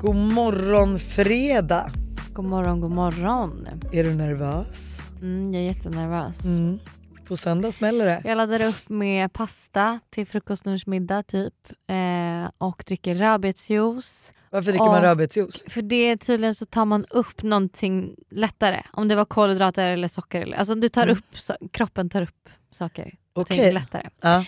God morgon fredag. God morgon, god morgon. Är du nervös? Jag är jättenervös. På söndag smäller det. Jag laddar upp med pasta till frukost, lunch, middag typ. Och dricker rödbetsjuice. Varför dricker man rödbetsjuice? För det tydligen så tar man upp någonting lättare. Om det var kolhydrater eller socker. Alltså du tar upp, kroppen tar upp saker. Okej. Lättare. Ja.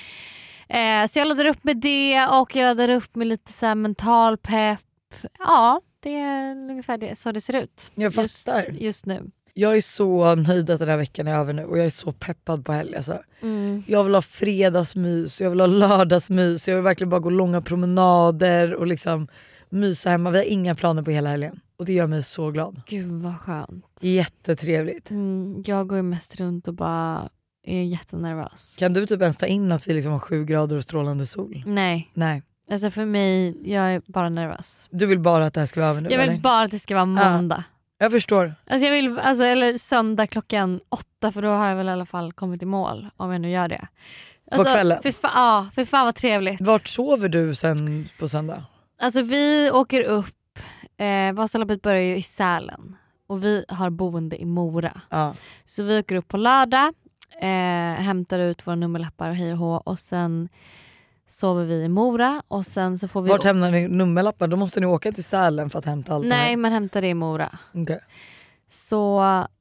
Så jag laddar upp med det och jag laddar upp med lite så här mental pepp. Ja, det är ungefär det, så det ser ut. Jag fattar. Just nu. Jag är så nöjd att den här veckan är över nu och jag är så peppad på helg. Alltså. Jag vill ha fredagsmys, jag vill ha lördagsmys, jag vill verkligen bara gå långa promenader och liksom mysa hemma. Vi har inga planer på hela helgen och det gör mig så glad. Gud vad skönt. Jättetrevligt. Jag går ju mest runt och bara är jättenervös. Kan du typ ens ta in att vi liksom har 7 grader och strålande sol? Nej. Alltså för mig, jag är bara nervös. Du vill bara att det här ska vara över nu? Jag vill eller? bara att det ska vara måndag. Jag förstår. Alltså jag vill, eller söndag klockan 8, för då har jag väl i alla fall kommit i mål om jag nu gör det. Alltså, på kvällen? För fan vad trevligt. Vart sover du sen på söndag? Alltså vi åker upp, Vasaloppet börjar ju i Sälen och vi har boende i Mora. Ja. Så vi åker upp på lördag, hämtar ut våra nummerlappar och hej och hå, och sen sover vi i Mora och sen så får vi... Vart hämtar ni nummerlappar? Då måste ni åka till Sälen för att hämta allt det här. Nej, man hämtar det i Mora. Okay. Så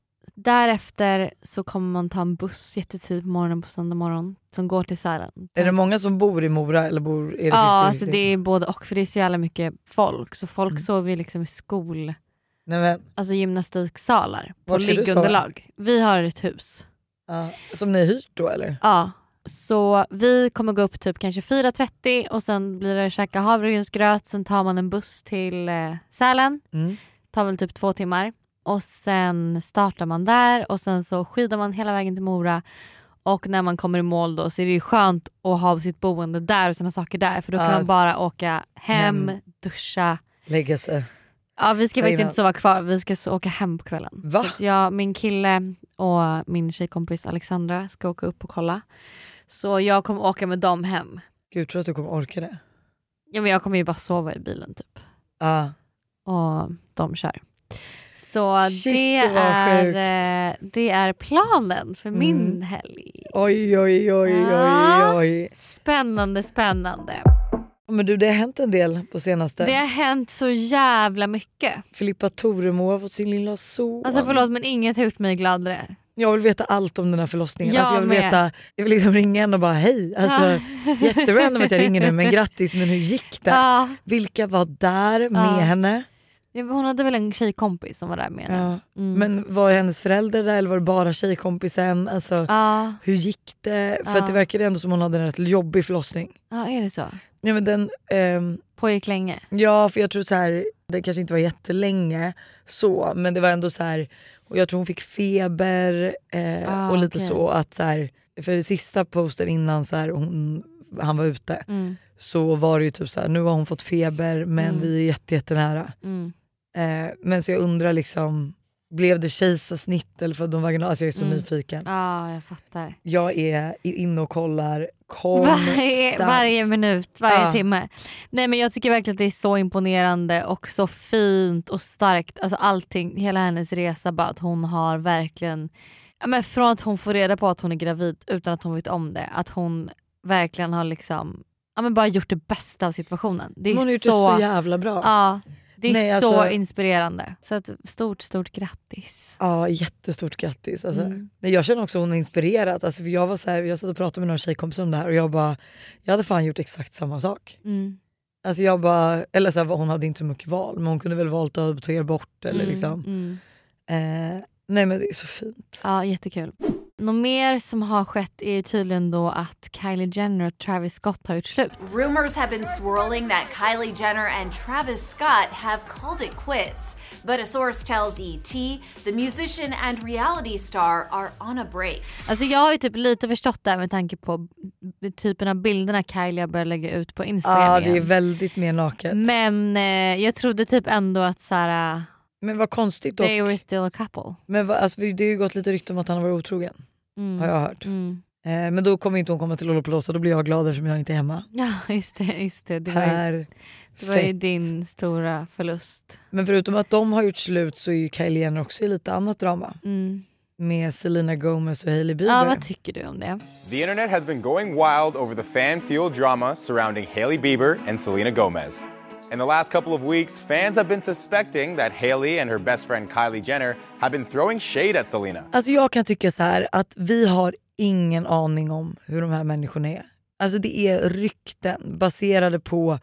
därefter så kommer man ta en buss jättetidigt på morgonen på söndag morgon som går till Sälen. Är det många som bor i Mora eller är det 50-50? Ja, alltså det är både och, för det är så jävla mycket folk. Så folk sover ju liksom i skol... Nej, men... Alltså gymnastiksalar på Vart ska du liggunderlag. Vi har ett hus. Som ni hyrt då eller? Ja. Så vi kommer gå upp typ kanske 4:30 och sen blir det käka havregrynsgröt. Sen tar man en buss till Sälen. Tar väl typ 2 timmar. Och sen startar man där och sen så skidar man hela vägen till Mora. Och när man kommer i mål då så är det ju skönt att ha sitt boende där och sina saker där. För då kan man bara åka hem, duscha. Lägga sig. Ja, vi ska faktiskt inte sova kvar. Vi ska åka hem på kvällen. Va? Så att min kille och min tjejkompis Alexandra ska åka upp och kolla. Så jag kommer åka med dem hem. Gud, tror att du kommer orka det? Ja, men jag kommer ju bara sova i bilen typ. Och de kör. Så shit, det är planen för min helg. Oj. Spännande. Men du, det har hänt en del på senaste. Det har hänt så jävla mycket. Filippa Toremo har fått sin lilla son. Alltså förlåt, men inget har gjort mig gladare. Jag vill veta allt om den här förlossningen. Jag vill liksom ringa henne och bara hej. Alltså, jätterandom att jag ringer nu, men grattis, men hur gick det? Vilka var där med henne? Hon hade väl en tjejkompis som var där med henne. Men var hennes föräldrar där eller var det bara tjejkompisen? Alltså, hur gick det? För att det verkar ändå som hon hade en rätt jobbig förlossning. Ja, är det så? Ja, men den pågick länge. Ja, för jag tror så här, det kanske inte var jättelänge så, men det var ändå så här, och jag tror hon fick feber och lite så att så här, för det sista posten innan så här, han var ute så var det ju typ så här, nu har hon fått feber men vi är jättenära. Men så jag undrar liksom, blev det kejsarsnitt eller för de vaginal? Alltså jag är så nyfiken. Ja, jag fattar. Jag är inne och kollar varje minut, varje timme. Nej, men jag tycker verkligen att det är så imponerande och så fint och starkt. Alltså allting, hela hennes resa, bara att hon har verkligen, men från att hon får reda på att hon är gravid utan att hon vet om det, att hon verkligen har liksom, men bara gjort det bästa av situationen. Det är hon har gjort det så jävla bra. Ja. Det är så inspirerande. Så att stort grattis. Ja, jättestort grattis. Alltså. Nej, jag känner också att hon är inspirerad. Alltså, för jag var så här, jag satt och pratade med några tjejkompisar om det här och jag hade fan gjort exakt samma sak. Alltså eller så här, hon hade inte så mycket val, men hon kunde väl valt att adoptera bort eller liksom. Nej, men det är så fint. Ja, jättekul. Något mer som har skett är tydligen då att Kylie Jenner och Travis Scott har gjort slut. Rumors have been swirling that Kylie Jenner and Travis Scott have called it quits. But a source tells E.T. the musician and reality star are on a break. Alltså jag har ju typ lite förstått det här med tanke på typen av bilderna Kylie har börjat lägga ut på Instagram. Ja, det är väldigt mer naket. Men jag trodde typ ändå att såhär... Men vad konstigt dock. They were still a couple. Men alltså, det har ju gått lite rykte om att han har varit otrogen. Har jag hört. Men då kommer inte hon komma till Lollapalooza, då blir jag glad eftersom jag inte är hemma. Ja, just det. Det var ju din stora förlust. Men förutom att de har gjort slut så är ju Kylie Jenner också i lite annat drama. Med Selena Gomez och Hailey Bieber. Ja, vad tycker du om det? The internet has been going wild over the fan-fueled drama surrounding Hailey Bieber and Selena Gomez. In the last couple of weeks, fans have been suspecting that Hailey and her best friend Kylie Jenner have been throwing shade at Selena. Alltså jag kan tycka så här att vi har ingen aning om hur de här människorna är. Alltså det är rykten baserade på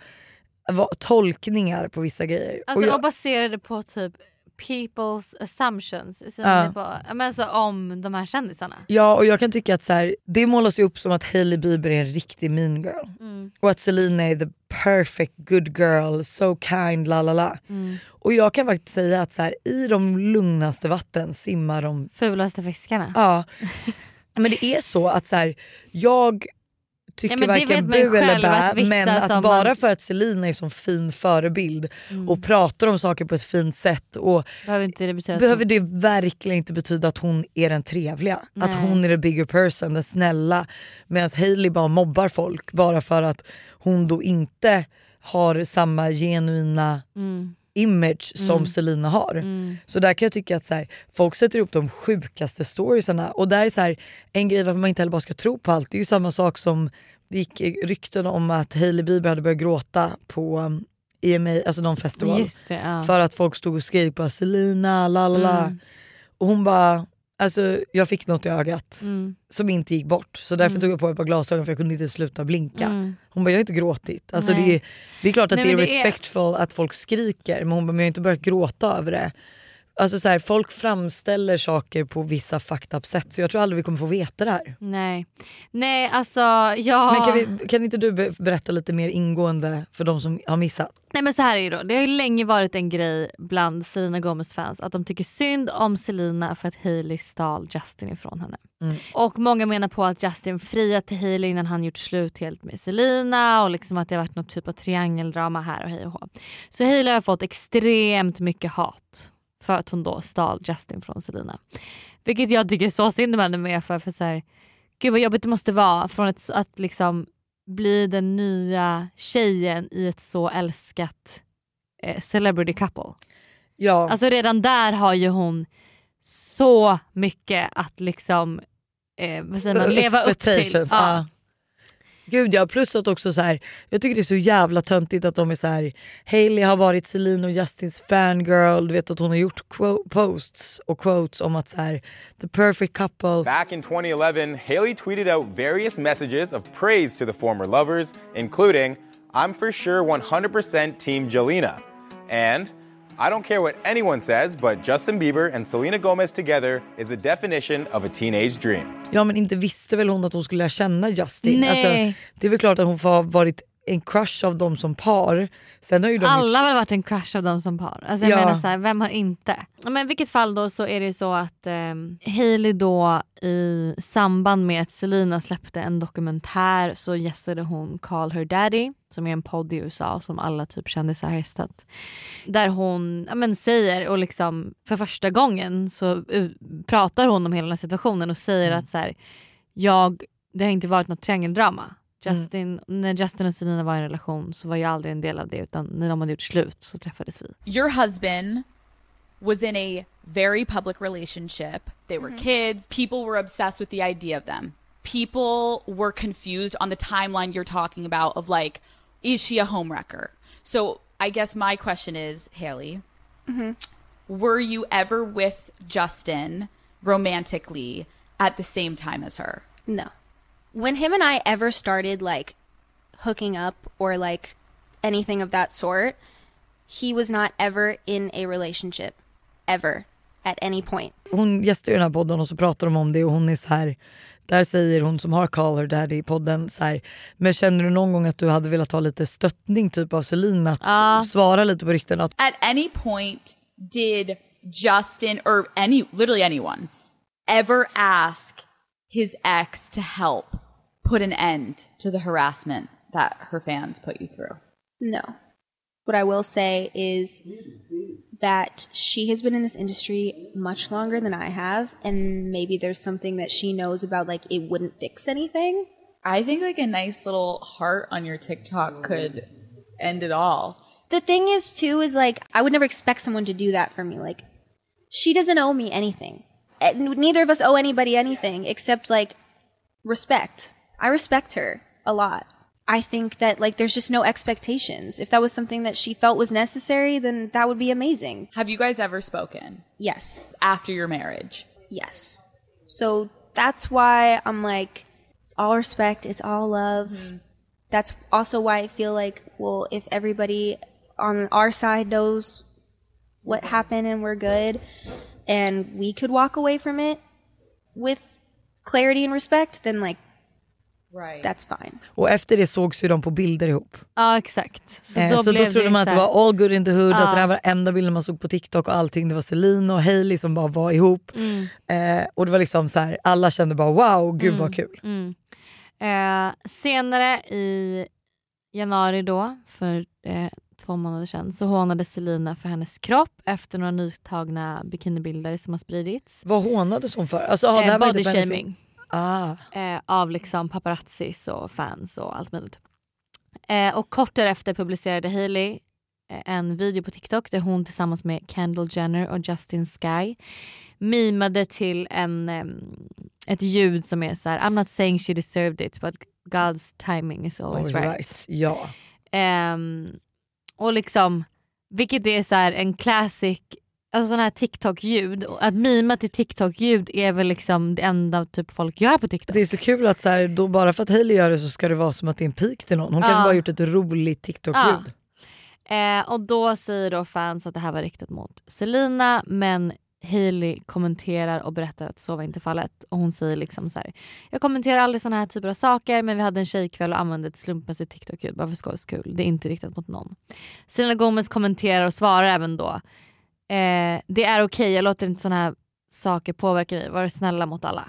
tolkningar på vissa grejer. Alltså och baserade på typ people's assumptions alltså om de här kändisarna. Ja, och jag kan tycka att så här, det målas ju upp som att Hailey Bieber är en riktig mean girl. Och att Selena är the perfect good girl, so kind, la. Och jag kan faktiskt säga att så här, i de lugnaste vatten simmar de fulaste fiskarna. Ja. Men det är så att så här, jag tycker varken bu eller bä, men att bara för att Selena är som fin förebild och pratar om saker på ett fint sätt och behöver det verkligen inte betyda att hon är den trevliga. Nej. Att hon är the bigger person, den snälla, medan Hailey bara mobbar folk bara för att hon då inte har samma genuina image som Selena har. Så där kan jag tycka att så här, folk sätter upp de sjukaste storiesarna, och där är så här, en grej varför man inte heller bara ska tro på allt. Det är ju samma sak som det gick rykten om att Hailey Bieber hade börjat gråta på EMA, alltså någon festival. Just det, ja. För att folk stod och skrek på Selena, lalala. Och hon bara, alltså jag fick något i ögat som inte gick bort, så därför tog jag på ett par glasögon för jag kunde inte sluta blinka. Hon bara, jag har inte gråtit. Alltså det är klart att det är respectful att folk skriker, men hon bara, men jag har inte börjat gråta över det. Alltså så här, folk framställer saker på vissa fucked up sätt, så jag tror aldrig vi kommer få veta det här. Nej, alltså jag... Men kan inte du berätta lite mer ingående för de som har missat? Nej, men så här är det då. Det har ju länge varit en grej bland Selena Gomez fans att de tycker synd om Selena för att Hailey stal Justin ifrån henne. Och många menar på att Justin friat till Hailey innan han gjort slut helt med Selena, och liksom att det har varit något typ av triangeldrama här och hej och hå. Så Hailey har fått extremt mycket hat för att hon då stal Justin från Selena. Vilket jag tycker är så synd med henne med, för så här, gud vad jobbigt det måste vara från att liksom bli den nya tjejen i ett så älskat celebrity couple. Ja. Alltså redan där har ju hon så mycket att liksom vad säger man, leva upp till. Ja. Gud ja, plus att också så här, jag tycker det är så jävla töntigt att de är så här, Hailey har varit Selena och Justins fangirl, du vet att hon har gjort posts och quotes om att så här, the perfect couple. Back in 2011, Hailey tweeted out various messages of praise to the former lovers, including, I'm for sure 100% team Jelena, and I don't care what anyone says, but Justin Bieber and Selena Gomez together is the definition of a teenage dream. Ja, men inte visste väl hon att hon skulle lära känna Justin. Nej. Alltså, det är väl klart att hon har varit en crush av dem som par. Sen har ju alla har väl varit en crush av dem som par. Alltså jag menar så här, vem har inte? Men i vilket fall då så är det ju så att Hailey då i samband med att Selena släppte en dokumentär så gästade hon Call Her Daddy, som är en podd i USA som alla typ kändisar har gästat. Där hon säger, och liksom för första gången så pratar hon om hela den här situationen och säger att så här, det har inte varit något triangeldrama. När Justin och Selena var i en relation så var jag aldrig en del av det, utan när de hade gjort slut så träffades vi. Your husband was in a very public relationship. They were kids. People were obsessed with the idea of them. People were confused on the timeline you're talking about of like, is she a homewrecker? So I guess my question is, Hailey, were you ever with Justin romantically at the same time as her? No. When him and I ever started like hooking up or like anything of that sort, he was not ever in a relationship ever at any point. Hon gästar ju den här podden och så pratar de om det, och hon är så här, där säger hon som har Call Her Daddy i podden så här, men känner du någon gång att du hade velat ha lite stöttning typ av Selena, att svara lite på rykten? Att at any point did Justin or literally anyone ever ask his ex to help put an end to the harassment that her fans put you through? No. What I will say is that she has been in this industry much longer than I have, and maybe there's something that she knows about, like it wouldn't fix anything. I think like a nice little heart on your TikTok could end it all. The thing is too is like I would never expect someone to do that for me. Like she doesn't owe me anything. Neither of us owe anybody anything except like respect. I respect her a lot. I think that like there's just no expectations. If that was something that she felt was necessary, then that would be amazing. Have you guys ever spoken? Yes. After your marriage? Yes. So that's why I'm like, it's all respect, it's all love. Mm-hmm. That's also why I feel like, well, if everybody on our side knows what happened and we're good and we could walk away from it with clarity and respect, then like right. That's fine. Och efter det sågs ju de på bilder ihop. Ja, exakt. Så då trodde man att det var all good in the hood. Alltså det här var enda bilden man såg på TikTok och allting. Det var Celine och Hailey som bara var ihop. Och det var liksom så här, alla kände bara wow, gud vad kul. Senare i januari då, för 2 månader sedan, så hånade Selena för hennes kropp efter några nytagna bikinibilder som har spridits. Vad hånades hon för? Alltså, body shaming. Av liksom paparazzis och fans och allt möjligt. Och kort därefter publicerade Hailey en video på TikTok där hon tillsammans med Kendall Jenner och Justin Sky mimade till ett ljud som är så här: I'm not saying she deserved it, but God's timing is always right. Ja. Och liksom, vilket är så här en classic, alltså sån här TikTok-ljud. Att mima till TikTok-ljud är väl liksom det enda typ folk gör på TikTok. Det är så kul att så här, då bara för att Hailey gör det så ska det vara som att det är en pik till någon. Hon kanske bara gjort ett roligt TikTok-ljud. Och då säger då fans att det här var riktat mot Selena, men Hailey kommenterar och berättar att så var inte fallet. Och hon säger liksom så här: jag kommenterar aldrig såna här typer av saker, men vi hade en tjejkväll och använde ett slumpmässigt TikTok-ljud bara för skojs skull. Det är inte riktat mot någon. Selena Gomez kommenterar och svarar även då: det är okej, jag låter inte såna här saker påverka mig. Var snälla mot alla.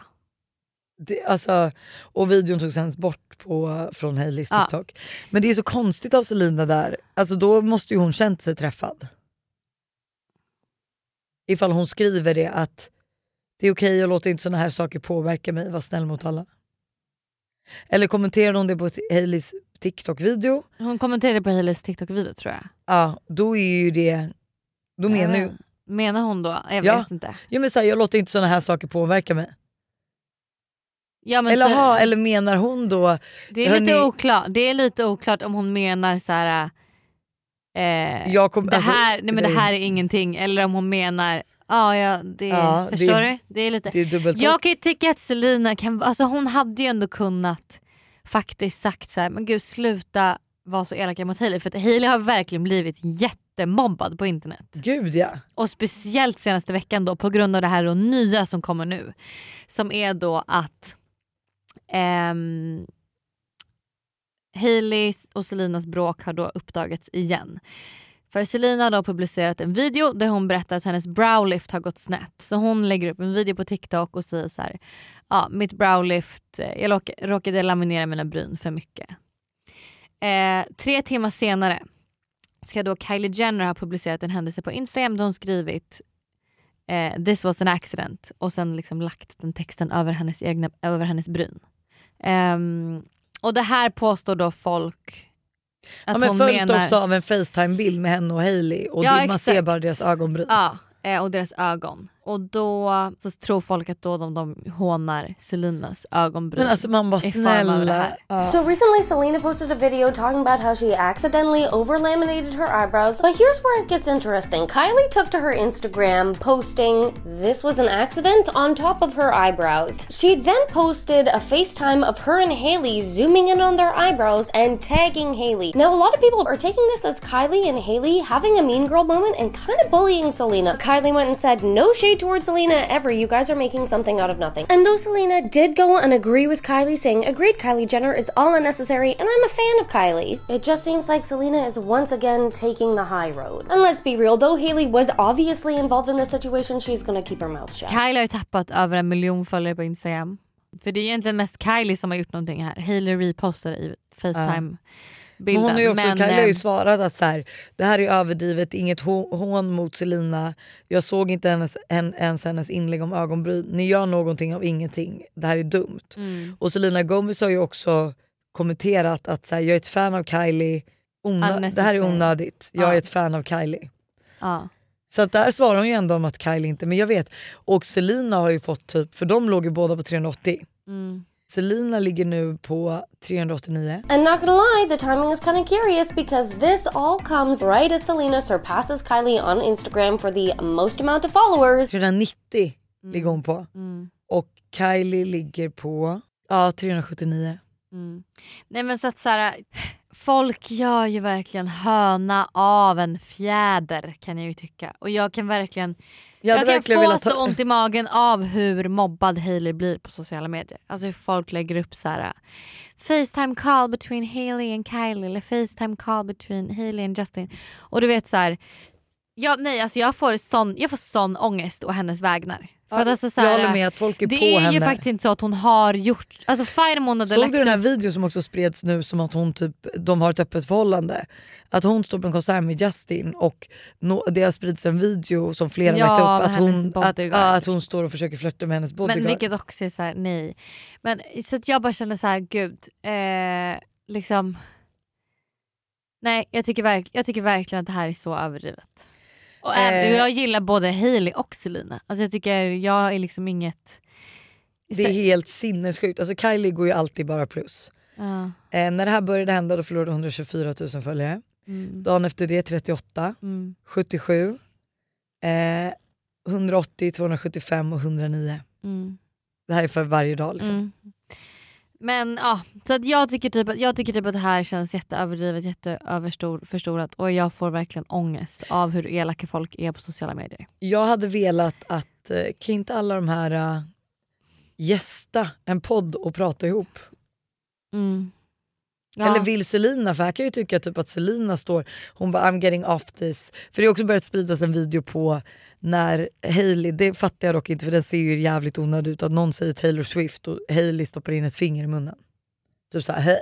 Och videon togs ens bort från Haileys TikTok. Men det är så konstigt av Selena där. Alltså då måste ju hon känt sig träffad. Ifall hon skriver det, att det är okej, jag låter inte såna här saker påverka mig, var snäll mot alla. Eller kommenterade hon det på Haileys TikTok-video? Hon kommenterade på Haileys TikTok-video, tror jag. Ja, då är ju det... Då menar hon då? Jag vet inte. Ja, men så här, jag låter inte såna här saker påverka mig. Ja, men eller menar hon då... Det är lite oklart. Det är lite oklart om hon menar så här... det här är ingenting. Eller om hon menar... förstår du? Det är lite... Jag kan ju tycka att Selena kan... Alltså hon hade ju ändå kunnat faktiskt sagt så här: men gud, sluta vara så elaka mot Hailey. För att Hailey har verkligen blivit jättemobbad på internet. Gud ja. Och speciellt senaste veckan då, på grund av det här och nya som kommer nu. Som är då att Hailey och Selinas bråk har då uppdagats igen. För Selena har då publicerat en video där hon berättar att hennes browlift har gått snett. Så hon lägger upp en video på TikTok och säger så här: mitt browlift, jag råkade laminera mina bryn för mycket. 3 timmar senare ska då Kylie Jenner ha publicerat en händelse på Instagram där hon skrivit this was an accident och sen liksom lagt den texten över hennes bryn. Och det här påstår då folk att men hon följt menar... också av en FaceTime-bild med henne och Hailey och man ser bara deras ögonbryn. Ja, och deras ögon. Och då så tror folk att då de hånar Selinas ögonbryn. Men alltså man bara snälla. So recently Selena posted a video talking about how she accidentally overlaminated her eyebrows. But here's where it gets interesting. Kylie took to her Instagram posting this was an accident on top of her eyebrows. She then posted a FaceTime of her and Hailey zooming in on their eyebrows and tagging Hailey. Now a lot of people are taking this as Kylie and Hailey having a mean girl moment and kind of bullying Selena. Kylie went and said no shade towards Selena ever, you guys are making something out of nothing. And though Selena did go and agree with Kylie, saying agreed Kylie Jenner, it's all unnecessary and I'm a fan of Kylie, it just seems like Selena is once again taking the high road. And let's be real, though Hailey was obviously involved in this situation, she's gonna keep her mouth shut. Kylie har ju tappat över 1 miljon följare på Instagram. För det är egentligen mest Kylie som har gjort någonting här. Hailey repostade i FaceTime bilden. Hon har ju också, men Kylie har ju svarat att så här, det här är överdrivet, inget hån mot Selena. Jag såg inte ens hennes inlägg om ögonbryn. Ni gör någonting av ingenting. Det här är dumt. Och Selena Gomez har ju också kommenterat att så här, jag är ett fan av Kylie. Det här är onödigt. Jag är ett fan av Kylie. Så att där svarar hon ju ändå om att Kylie inte, men jag vet. Och Selena har ju fått typ, för de låg ju båda på 380. Selena ligger nu på 389. And not gonna lie, the timing is kind of curious because this all comes right as Selena surpasses Kylie on Instagram for the most amount of followers. 390 ligger hon på. Och Kylie ligger på 379. Nej men så att så här, folk gör ju verkligen höna av en fjäder, kan jag ju tycka. Och jag kan verkligen få så ont i magen av hur mobbad Hailey blir på sociala medier. Alltså hur folk lägger upp så här: FaceTime call between Hailey and Kylie, eller FaceTime call between Hailey and Justin. Och du vet så här, jag får sån ångest och hennes vägnar. För att alltså, jag håller med att folk är det på är henne. ju faktiskt inte så att hon har gjort, alltså såg du den här videon som också spreds nu som att hon typ, de har ett öppet förhållande, att hon står på en konsert med Justin och det har spridits en video som flera lagt upp att hon står och försöker flirta med hennes bodyguard. Men vilket också är så här, nej. Men så att jag bara känner så här, gud, liksom nej, jag tycker verkligen att det här är så överdrivet. Och jag gillar både Hailey och Selena. Alltså jag är liksom inget... Det är helt sinnessjukt. Alltså Kylie går ju alltid bara plus. När det här började hända då förlorade 124 000 följare. Dagen efter det 38, 77, 180, 275 och 109. Det här är för varje dag liksom. Men ja, så att jag tycker typ att det här känns jätteöverdrivet, jätteöverförstorat, och jag får verkligen ångest av hur elaka folk är på sociala medier. Jag hade velat att kan inte alla de här gästa en podd och prata ihop. Ja. Eller vill Selena, för här kan jag ju tycka typ att Selena står, hon bara I'm getting off this. För det har också börjat spridas en video på när Hailey, det fattar jag dock inte för den ser ju jävligt onödig ut, att någon säger Taylor Swift och Hailey stoppar in ett finger i munnen. Typ såhär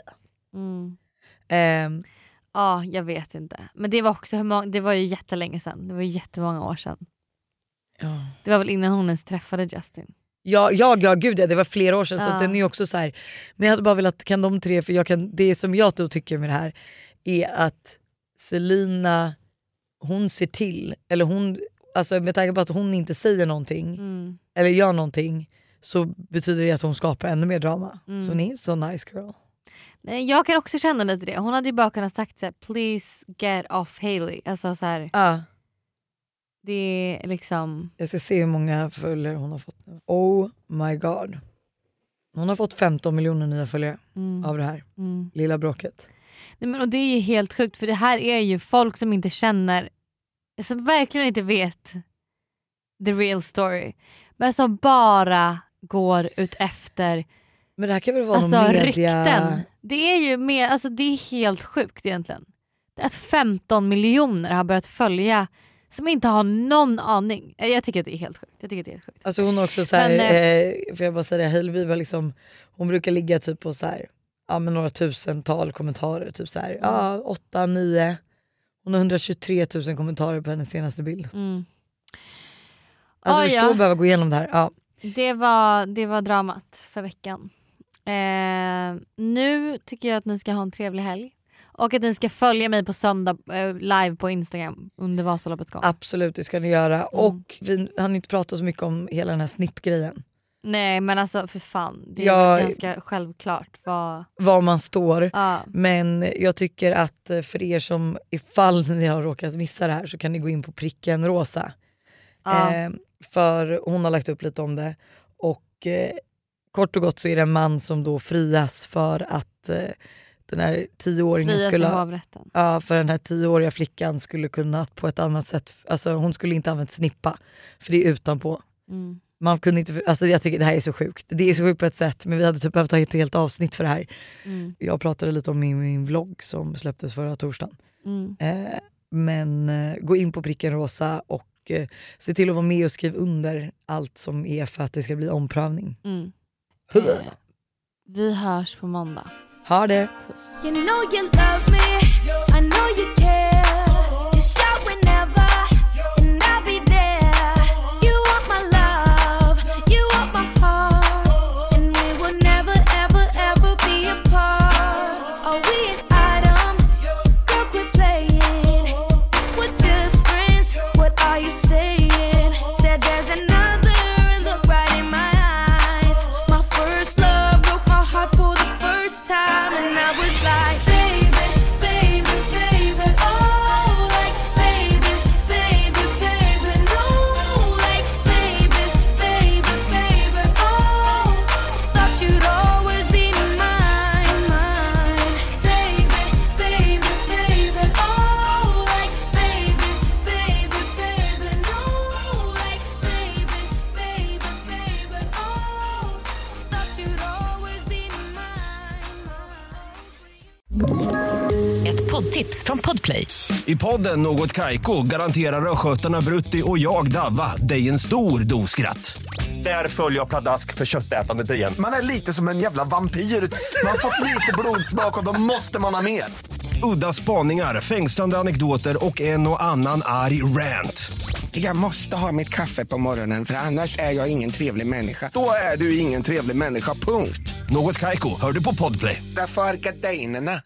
ja, jag vet inte. Men det var också det var ju jättelänge sedan. Det var ju jättemånga år sedan. Det var väl innan hon ens träffade Justin. Ja gud ja, det var flera år sedan så att den är också så här. Men jag hade bara velat, kan de tre, för det som jag då tycker med det här är att Selena, hon ser till, eller hon, alltså med tanke på att hon inte säger någonting eller gör någonting, så betyder det att hon skapar ännu mer drama. Så hon är så nice girl. Jag kan också känna lite det. Hon hade ju bara kunnat sagt så här, please get off Hailey. Alltså så här. Det är liksom... Jag ska se hur många följare hon har fått nu. Oh my god. Hon har fått 15 miljoner nya följare av det här lilla bråket. Nej, men, och det är ju helt sjukt, för det här är ju folk som inte känner, som verkligen inte vet the real story, men som bara går ut efter, men det här kan väl vara alltså, någon media... rykten. Det är ju mer, alltså det är helt sjukt egentligen. Det är att 15 miljoner har börjat följa som inte har någon aning. Jag tycker att det är helt sjukt. Alltså hon har också så här, för jag bara säger det, Hailey var liksom, hon brukar ligga typ på så här, med några tusental kommentarer, typ så här, 8, 9. Hon har 123 000 kommentarer på hennes senaste bild. Alltså förstå att behöva gå igenom det här. Det var dramat för veckan. Nu tycker jag att ni ska ha en trevlig helg. Och att ni ska följa mig på söndag live på Instagram under Vasaloppet. Absolut, det ska ni göra. Och vi har inte pratat så mycket om hela den här snippgrejen. Nej, men alltså för fan, det är ganska självklart var man står. Men jag tycker att för er som, ifall ni har råkat missa det här, så kan ni gå in på Pricken Rosa. För hon har lagt upp lite om det. Och kort och gott så är det en man som då frias för att den här 10-åringen skulle... för den här 10-åriga flickan skulle kunna på ett annat sätt... Alltså hon skulle inte använt snippa. För det är utanpå. Man kunde inte... Alltså jag tycker det här är så sjukt. Det är så sjukt på ett sätt. Men vi hade typ behövt ta ett helt avsnitt för det här. Jag pratade lite om min vlogg som släpptes förra torsdagen. Men gå in på Pricken Rosa och se till att vara med och skriva under allt som är för att det ska bli omprövning. Vi hörs på måndag. Ha det. You know you love me, I know you care. Just shout whenever, and I'll be there. You want my love, you want my heart, and we will never, ever, ever be apart. Are we an item? Girl, quit playing. We're just friends, what are you saying? Said there's another, look right in my eyes. My first love broke my heart for the first time, and I was like, baby, baby, baby, oh, like, baby, baby, baby, no, like, baby, baby, baby, oh, thought you'd always be mine, mine, baby, baby, baby, oh, like, baby, baby, baby, no, like, baby, baby, baby, oh, thought you'd always be mine, mine. Ett poddtips från Podplay. I podden Något Kaiko garanterar röskötarna Brutti och jag Davva dig en stor doskratt. Där följer jag pladask för köttätandet igen. Man är lite som en jävla vampyr. Man har fått lite blodsmak och då måste man ha mer. Udda spaningar, fängslande anekdoter och en och annan arg rant. Jag måste ha mitt kaffe på morgonen för annars är jag ingen trevlig människa. Då är du ingen trevlig människa, punkt. Något Kaiko, hör du på Podplay. Därför är gardinerna.